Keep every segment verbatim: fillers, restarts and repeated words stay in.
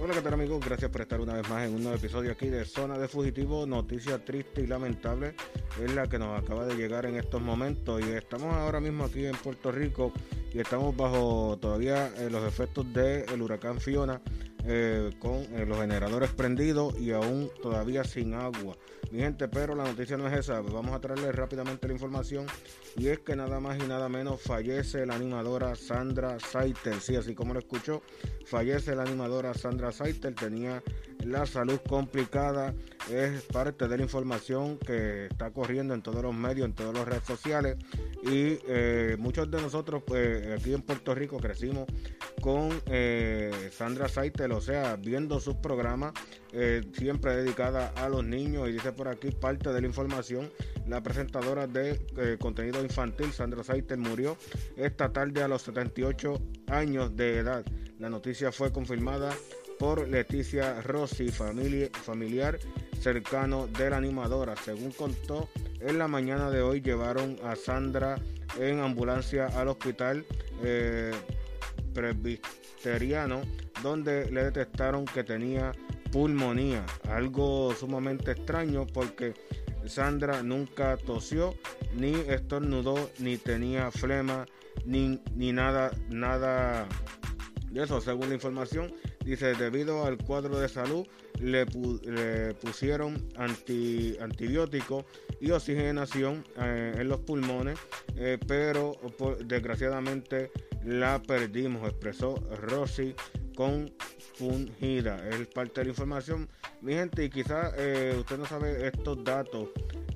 Hola, ¿qué tal, amigos? Gracias por estar una vez más en un nuevo episodio aquí de Zona de Fugitivo. Noticia triste y lamentable es la que nos acaba de llegar en estos momentos, y estamos ahora mismo aquí en Puerto Rico y estamos bajo todavía eh, los efectos del huracán Fiona, eh, con eh, los generadores prendidos y aún todavía sin agua, mi gente. Pero la noticia no es esa. Vamos a traerles rápidamente la información, y es que nada más y nada menos fallece la animadora Sandra Saiter. Sí, así como lo escuchó, fallece la animadora Sandra Saiter. Tenía la salud complicada. Es parte de la información que está corriendo en todos los medios, en todas las redes sociales, y eh, muchos de nosotros pues aquí en Puerto Rico crecimos con eh, Sandra Saiter, o sea, viendo sus programas, eh, siempre dedicada a los niños. Y dice por aquí parte de la información: la presentadora de eh, contenido infantil Sandra Saiter murió esta tarde a los setenta y ocho años de edad. La noticia fue confirmada por Leticia Rossi, familia, familiar cercano de la animadora. Según contó, en la mañana de hoy llevaron a Sandra en ambulancia al hospital eh, presbiteriano, donde le detectaron que tenía pulmonía, algo sumamente extraño porque Sandra nunca tosió, ni estornudó, ni tenía flema, ni, ni nada, nada de eso, según la información. Dice, debido al cuadro de salud, le, pu- le pusieron anti- antibióticos y oxigenación eh, en los pulmones, eh, pero por, desgraciadamente la perdimos, expresó Rossi con fungida. Es parte de la información, mi gente. Y quizás eh, usted no sabe estos datos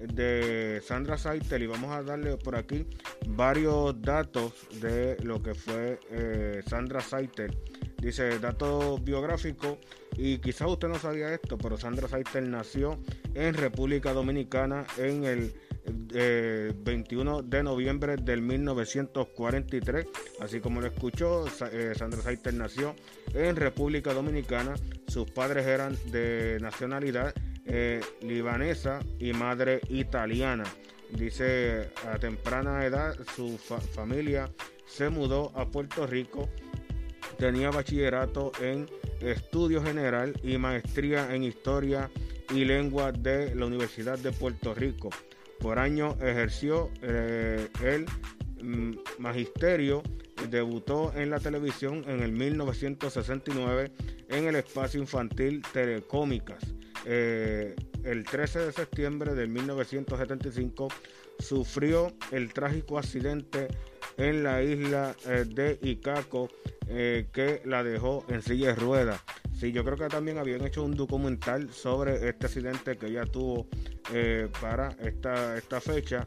de Sandra Saiter, y vamos a darle por aquí varios datos de lo que fue eh, Sandra Saiter. Dice, datos biográficos, y quizás usted no sabía esto, pero Sandra Saiter nació en República Dominicana en el eh, veintiuno de noviembre del mil novecientos cuarenta y tres. Así como lo escuchó, eh, Sandra Saiter nació en República Dominicana. Sus padres eran de nacionalidad eh, libanesa y madre italiana. Dice, a temprana edad su fa- familia se mudó a Puerto Rico. Tenía bachillerato en estudio general y maestría en historia y lengua de la Universidad de Puerto Rico. Por año ejerció eh, el mm, magisterio. Debutó en la televisión en el mil novecientos sesenta y nueve en el espacio infantil Telecómicas. Eh, el trece de septiembre de mil novecientos setenta y cinco sufrió el trágico accidente en la isla eh, de Icaco, eh, que la dejó en silla de ruedas. Sí, yo creo que también habían hecho un documental sobre este accidente que ella tuvo eh, para esta, esta fecha,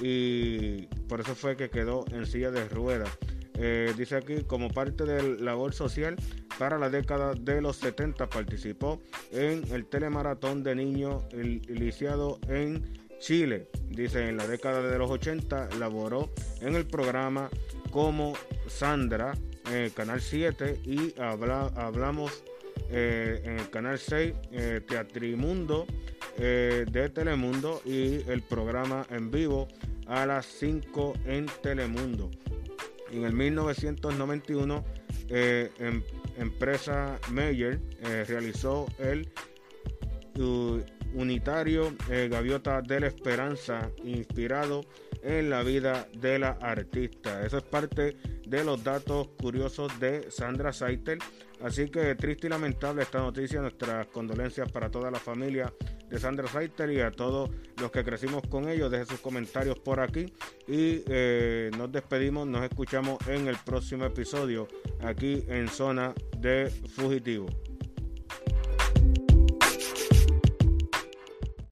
y por eso fue que quedó en silla de ruedas. Eh, dice aquí, como parte de labor social para la década de los setenta, participó en el telemaratón de niños iniciado en Chile. Dice, en la década de los ochenta laboró en el programa Como Sandra en el Canal siete, y habla, hablamos eh, en el Canal seis, eh, Teatrimundo eh, de Telemundo, y el programa en vivo a las cinco en Telemundo. En el mil novecientos noventa y uno, eh, en, empresa Meyer eh, realizó el uh, unitario eh, Gaviota de la Esperanza, inspirado en la vida de la artista. Eso es parte de los datos curiosos de Sandra Saiter. Así que triste y lamentable esta noticia. Nuestras condolencias para toda la familia de Sandra Saiter y a todos los que crecimos con ellos. Dejen sus comentarios por aquí, y eh, nos despedimos. Nos escuchamos en el próximo episodio aquí en Zona de Fugitivo.